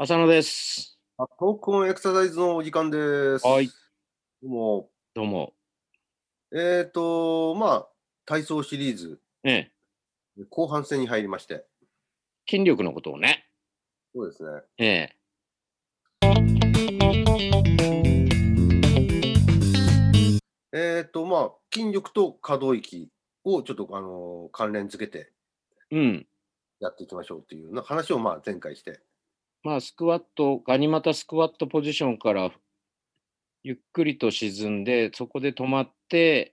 浅野です。 トークオンエクササイズのお時間ではい、 す。どうも。 どうも。 まあ、体操シリーズ、 ええ、 後半戦に入りまして。 筋力のことをね。 そうですね。 ええ、 筋力と可動域をちょっと関連付けてうん。 やっていきましょうっていう話を、前回して。 スクワット、ガニ股スクワットポジションからゆっくりと沈んで、そこで止まって、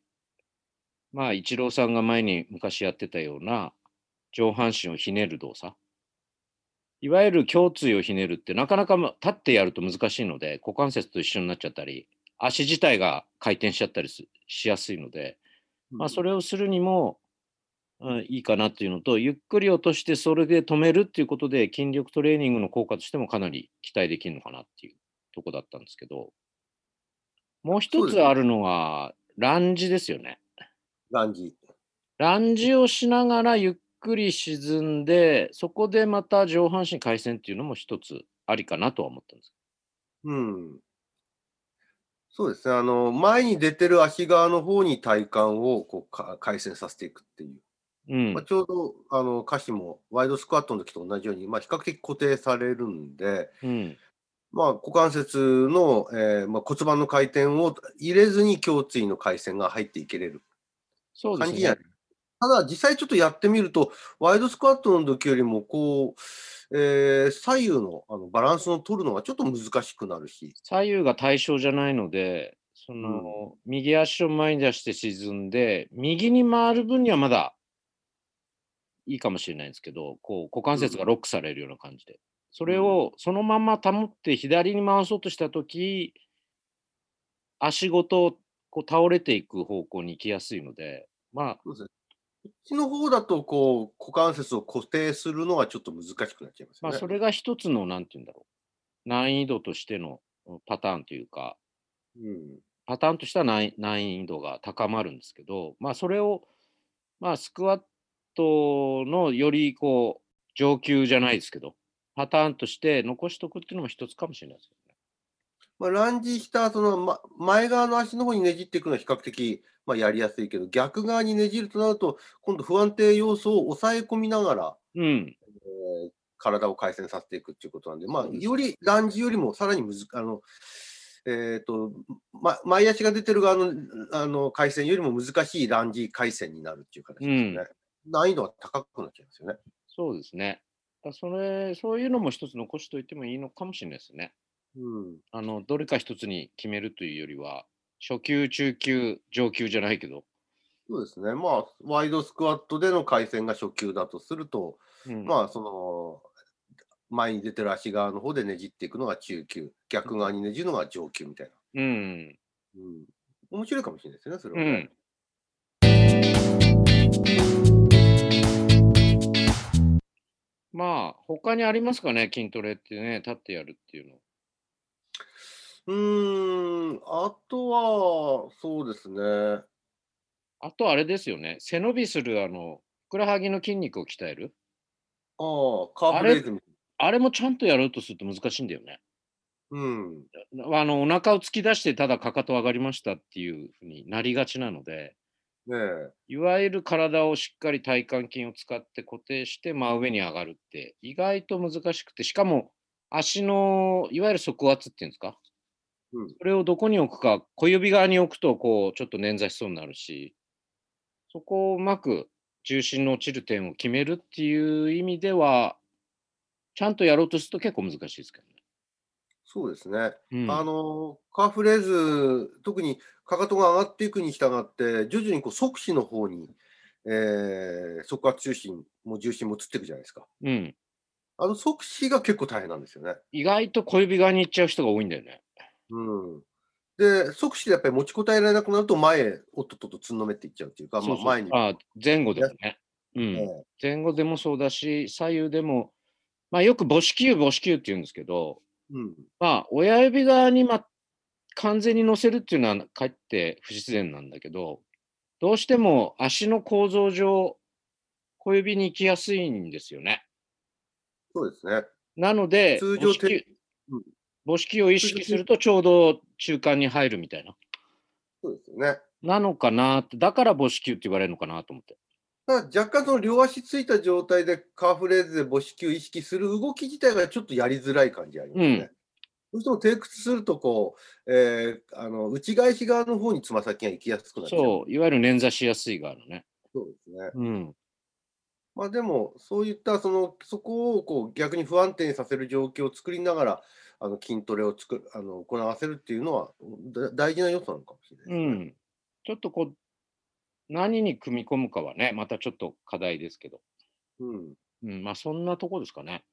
イチローさんが前に昔やってたような、上半身をひねる動作。いわゆる胸椎をひねるってなかなか、立ってやると難しいので、股関節と一緒になっちゃったり、足自体が回転しちゃったりしやすいので、そうん。 れをするにもいいかなっていうのと、ゆっくり落としてそれで止めるっていうことで、筋力トレーニングの効果としてもかなり期待できるのかなっていうとこだったんですけど、もう一そうですね。 つあるのは、ランジですよね。 ランジ。 ランジをしながらゆっくり沈んで、そこでまた上半身回旋っていうのも一つありかなとは思ったんです。 うん。そうですね。前に出てる足側の方に体幹を回旋させていくっていう。 うん、 ちょうど下肢もワイドスクワットの時と同じように、比較的固定されるんで、 うん。 股関節の、骨盤の回転を入れずに胸椎の回旋が入っていけれる感じには。 そうですね。 ただ実際ちょっとやってみると、ワイドスクワットの時よりも左右のバランスを取るのがちょっと難しくなるし。 左右が対称じゃないので、 うん。 右足を前に出して沈んで、右に回る分にはまだいいかもしれないんですけど、股関うん。 節がロックされるような感じで。そうん。 れをそのまま保って左に回そうとした時、足ごと倒れていく方向に行きやすいので、 そうですね。こっちの方だと股関節を固定するのがちょっと難しくなっちゃいますよね。 それが一つのなんて言うんだろう、難易度としての、パターンというか、 うん。 パターンとしては難易度が高まるんですけど、それを、スクワットのより上級じゃないですけど、パターンとして残しとくっていうのも一つかもしれないですよね。 ランジした後の、前側の足の方にねじっていくのは比較的、やりやすいけど、逆側にねじるとなると、今度不安定要素を抑え込みながら、 うん、 体を回旋させていくっていうことなんで、 そうですね。 よりランジよりもさらにえっと、前足が出てる側の、回旋よりも難しいランジ回旋になるっていう形ですよね。 うん。 難易度が高くなっちゃいますよね。 そうですね。そういうのも一つ残しておいてもいいのかもしれないですね。 うん。 どれか一つに決めるというよりは、初級、中級、上級じゃないけど、 そうですね。ワイドスクワットでの回旋が初級だとすると、 うん、 前に出てる足側の方でねじっていくのが中級、逆側にねじるのが上級みたいな。 うん、 うん。面白いかもしれないですね、それはね。 うん。他にありますかね、筋トレってね、立ってやるっていうの。 あとは、そうですね。 あとあれですよね、背伸びするふくらはぎの筋肉を鍛える。 カーあれフレイズみ。 あれもちゃんとやろうとすると難しいんだよね。 うん。 お腹を突き出してただかかと上がりましたっていう風になりがちなので、 ねえ。 いわゆる体をしっかり体幹筋を使って固定して真上に上がるって意外と難しくて、しかも足のいわゆる側圧っていうんですか、 うん。 それをどこに置くか、小指側に置くとちょっと捻挫しそうになるし、そこをうまく重心の落ちる点を決めるっていう意味では、ちゃんとやろうとすると結構難しいですけどね。 そうですね。 うん。 カーフレイズ、特にかかとが上がっていくに従って、徐々に側肢の方に、側圧重心も移っていくじゃないですか。 うん。 側肢が結構大変なんですよね。 意外と小指側に行っちゃう人が多いんだよね。 うん。で、側肢でやっぱり持ちこたえられなくなると、前へおっとっととつんのめっていっちゃうっていうか、 そうそう。 前に前後でやもね。うん。 ええ、 前後でもそうだし、左右でも、よく母指球って言うんですけど、 うん。 親指側に、完全に乗せるっていうのはかえって不自然なんだけど、どうしても足の構造上、小指に行きやすいんですよね。 そうですね。 なので、 通常てうん、 母子球を意通常て識するとちょうど中間に入るみたいな。 そうですよね。 なのかなって、だから母子球って言われるのかなと思って。 ただ若干その両足ついた状態でカーフレーズで母子球意識する動き自体がちょっとやりづらい感じありますよね。 うん。 どうしても低屈するとこう、内返し側の方につま先が行きやすくなっちゃうそう、 んで。 いわゆる捻挫しやすい側のね。 そうですね。 うん。 でも、そういったそこをこう逆に不安定にさせる状況を作りながら、筋トレを行わせるっていうのは、大事な要素なのかもしれないですね。 うん。ちょっとこう、何に組み込むかはね、またちょっと課題ですけど。 うん。 うん、ま、そんなとこですかね。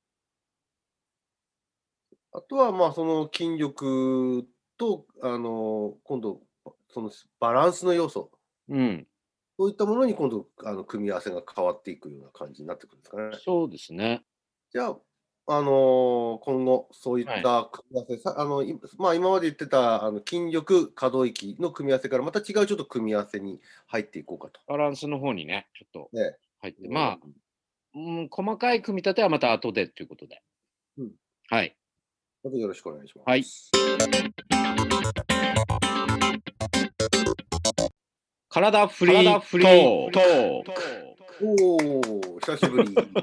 あとは、その筋力と、今度、そのバランスの要素、 うん。 そういったものに今度、組み合わせが変わっていくような感じになってくるんですかね。 そうですね。 じゃあ、今後そういっはい。 た組み合わせ、今まで言ってた、筋力、可動域の組み合わせからまた違うちょっと組み合わせに入っていこうかと。 バランスの方にね、ちょっとね。 入って、 うん。 細かい組み立てはまた後でということで。 うん。 はい。 またよろしくお願いしまはい。 す。 体フリー体フリートトーク。 ーク。おお、久しぶり。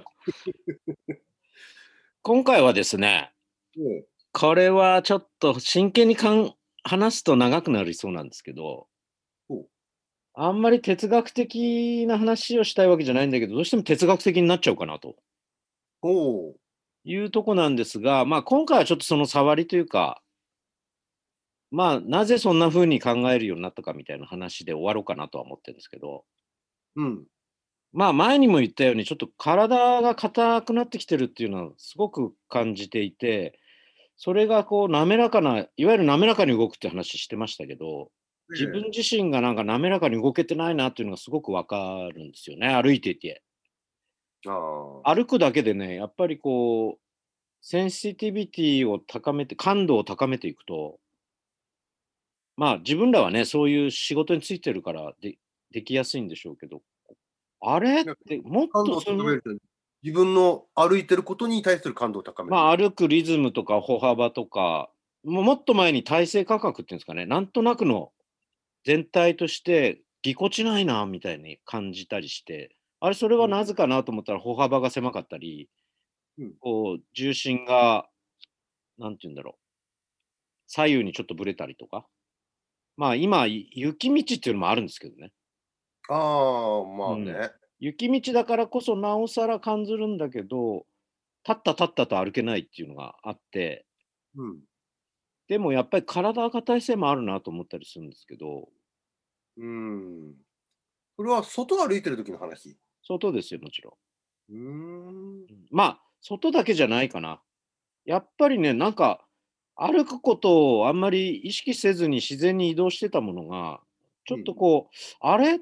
今回はですね、 ええ、 これはちょっと真剣に話すと長くなりそうなんですけど、 ほう、 あんまり哲学的な話をしたいわけじゃないんだけど、どうしても哲学的になっちゃうかなとおお、 いうとこなんですが、今回はちょっとその触りというか、なぜそんな風に考えるようになったかみたいな話で終わろうかなとは思ってるんですけど、 うん。 前にも言ったように、ちょっと体が硬くなってきてるっていうのはすごく感じていて、それがこう滑らかな、いわゆる滑らかに動くって話してましたけど、自分ええ、 自身がなんか滑らかに動けてないなっていうのがすごくわかるんですよね、歩いていて。 ああ、 歩くだけでね、やっぱりこう、センシティビティを高めて、感度を高めていくと、自分らはね、そういう仕事についてるから、できやすいんでしょうけど、あれっね、 て、もっ感度をとその、 高めると、自分の歩いてることに対する感度を高める。 歩くリズムとか歩幅とか、もっと前に体勢価格っていうんですかね、なんとなくの全体としてぎこちないなみたいに感じたりして、あれ、それうん、 はなぜかなと思ったら歩幅が狭かったり、 うん。 こう重心が、なんて言うんだろう、左右にちょっとぶれたりとか。今、雪道っていうのもあるんですけどね。 ああ、 うん。 ね。 雪道だからこそなおさら感じるんだけど、立ったと歩けないっていうのがあって、 うん。 でもやっぱり体が硬いせいもあるなと思ったりするんですけど、 うーん。それは外を歩いてる時の話？ 外ですよ、もちろうーん。 ん。うん、外だけじゃないかな。やっぱりね、なんか、歩くことをあんまり意識せずに自然に移動してたものが、ちょっうん。 とこう、あれって、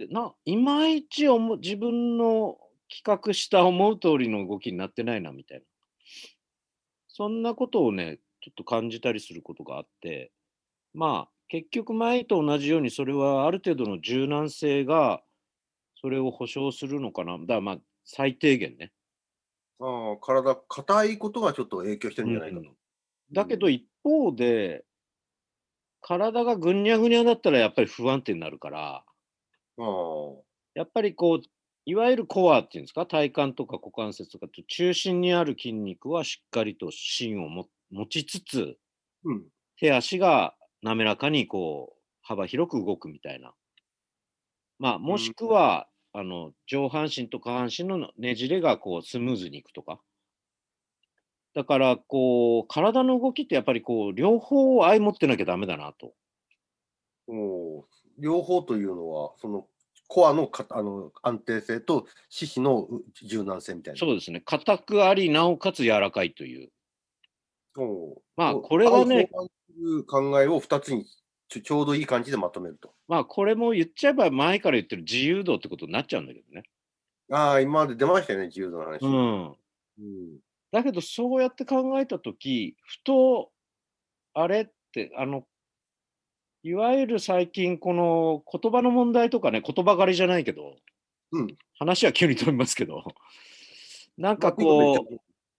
いまいち自分の企画した思う通りの動きになってないなみたいな。そんなことをね、ちょっと感じたりすることがあって、結局前と同じようにそれはある程度の柔軟性が、それを保証するのかな。最低限ね。 ああ、体硬いことがちょっと影響してるんじゃないかと。 うん。 うん。 だけど一方で、体がぐにゃぐにゃだったらやっぱり不安定になるから、 ああ。 やっぱりこう、いわゆるコアっていうんですか、体幹とか股関節とかって中心にある筋肉はしっかりと芯を持ちつつ、 うん。 手足が滑らかにこう、幅広く動くみたいな。もしうん。 くは、上半身と下半身のねじれがこうスムーズにいくとか。だからこう、体の動きってやっぱりこう、両方相持ってなきゃダメだなと。 おお、両方というのは、そのコアの安定性と四肢の柔軟性みたいな。 そうですね。硬くあり、なおかつ柔らかいという。 おお、 これがね、 相反する考えを2つにちょうどいい感じでまとめると。 これも言っちゃえば前から言ってる自由度ってことになっちゃうんだけどね。 ああ、今まで出ましたよね、自由度のう話。 ん。 うん。 だけどそうやって考えたとき、ふと、あれって、いわゆる最近この言葉の問題とかね、言葉狩りじゃないけど、 うん。 話は急に飛びますけど、なんかいいこと言ってこう、 る。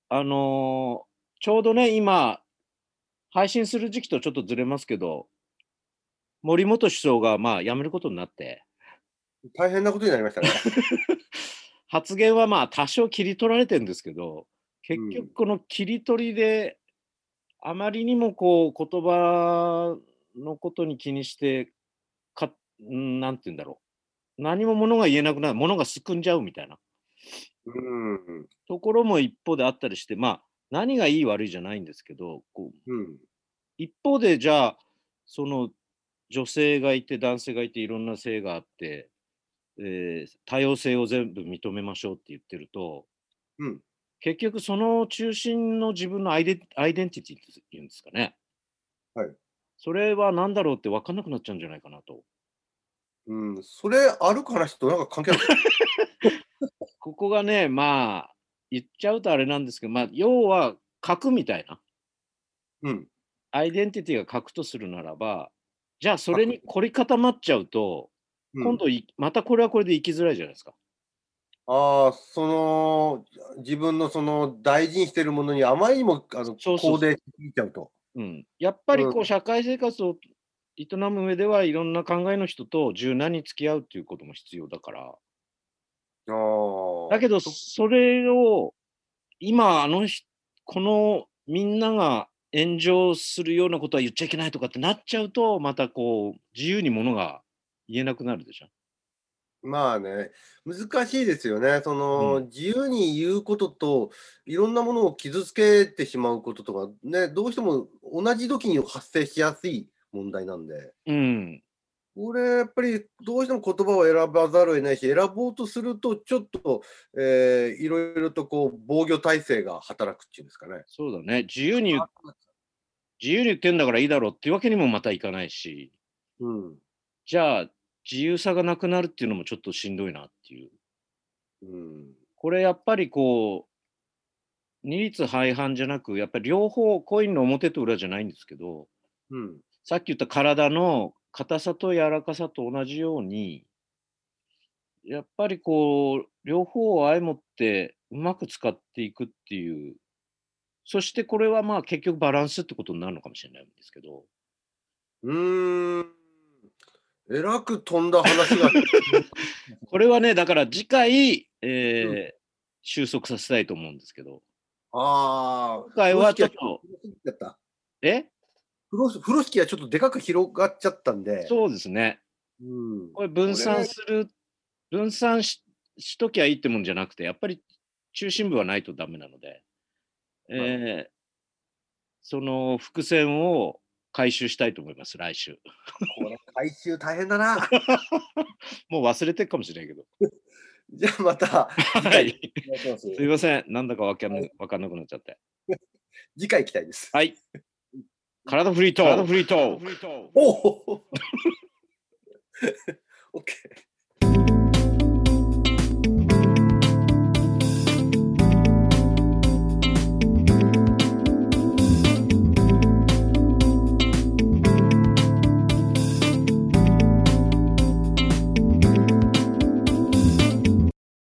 ちょうどね、今、配信する時期とちょっとずれますけど、森元首相がまあ辞めることになって、 大変なことになりましたね。 発言はまあ多少切り取られてるんですけど、結局うん。 この切り取りで、あまりにもこう言葉のことに気にして、なんて言うんだろう、何も物が言えなくなる、物がすくんじゃうみたいなうーん。 ところも一方であったりして、まあ、何がいい悪いじゃないんですけど、こう、 うん。 一方でじゃあ、その女性がいて男性がいていろんな性があって、多様性を全部認めましょうって言ってると、 うん。 結局その中心の自分のアイデンティティっていうんですかね。 はい。 それは何だろうって分かんなくなっちゃうんじゃないかなと。 うん。それある話となんか関係あるんですか？ ここがね、まあ、言っちゃうとあれなんですけど、まあ、要は核みたいな、 うん。 アイデンティティが核とするならば、じゃあそれ核。 に凝り固まっちゃうと、 うん。 今度またこれはこれで生きづらいじゃないですか。 ああ、自分の大事にしてるものにあまりにもそうそうそ肯定しすぎちゃうと。 う。うん。やっぱりうん。 こう社会生活を営む上ではいろんな考えの人と柔軟に付き合うっていうことも必要だから。 ああ、 だけどそれを今このみんなが炎上するようなことは言っちゃいけないとかってなっちゃうと、またこう自由にものが言えなくなるでしょ。 まあね、難しいですよね。 うん。 自由に言うことと、いろんなものを傷つけてしまうこととかね、どうしても同じ時に発生しやすい問題なんで。 うん。 これやっぱりどうしても言葉を選ばざるを得ないし、選ぼうとするとちょっと、いろいろと防御体制が働くっていうんですかね。 そうだね。 あ、 自由に言ってんだからいいだろうっていうわけにもまたいかないし、 うん、 じゃあ、自由さがなくなるっていうのもちょっとしんどいなっていう。 うん、 これやっぱりこう、二律背反じゃなく、やっぱり両方コインの表と裏じゃないんですけど、 うん。 さっき言った体の硬さと柔らかさと同じように、やっぱりこう、両方を相もってうまく使っていくっていう、そしてこれはまあ結局バランスってことになるのかもしれないんですけど。 うーん。えらく飛んだ話がこれはね、だから次回、 うん。 収束させたいと思うんですけど、 ああ、 今回は風呂敷はちょっと広すぎちゃった。 え？ 風呂敷はちょっとでかく広がっちゃったんで、 そうですね。 うん。 これこれ分散しときゃいいってもんじゃなくて、やっぱり中心部はないとダメなので、 はい。 えその伏線を回収したいと思います、来週。 これ回収大変だな。 もう忘れてるかもしれないけど。 じゃあまた次回はい。 お願いします。 すいません、なんだかはい、 わかんなくなっちゃって。 次回行きたいです。 はい、体フリートーク。 おお。オッケー。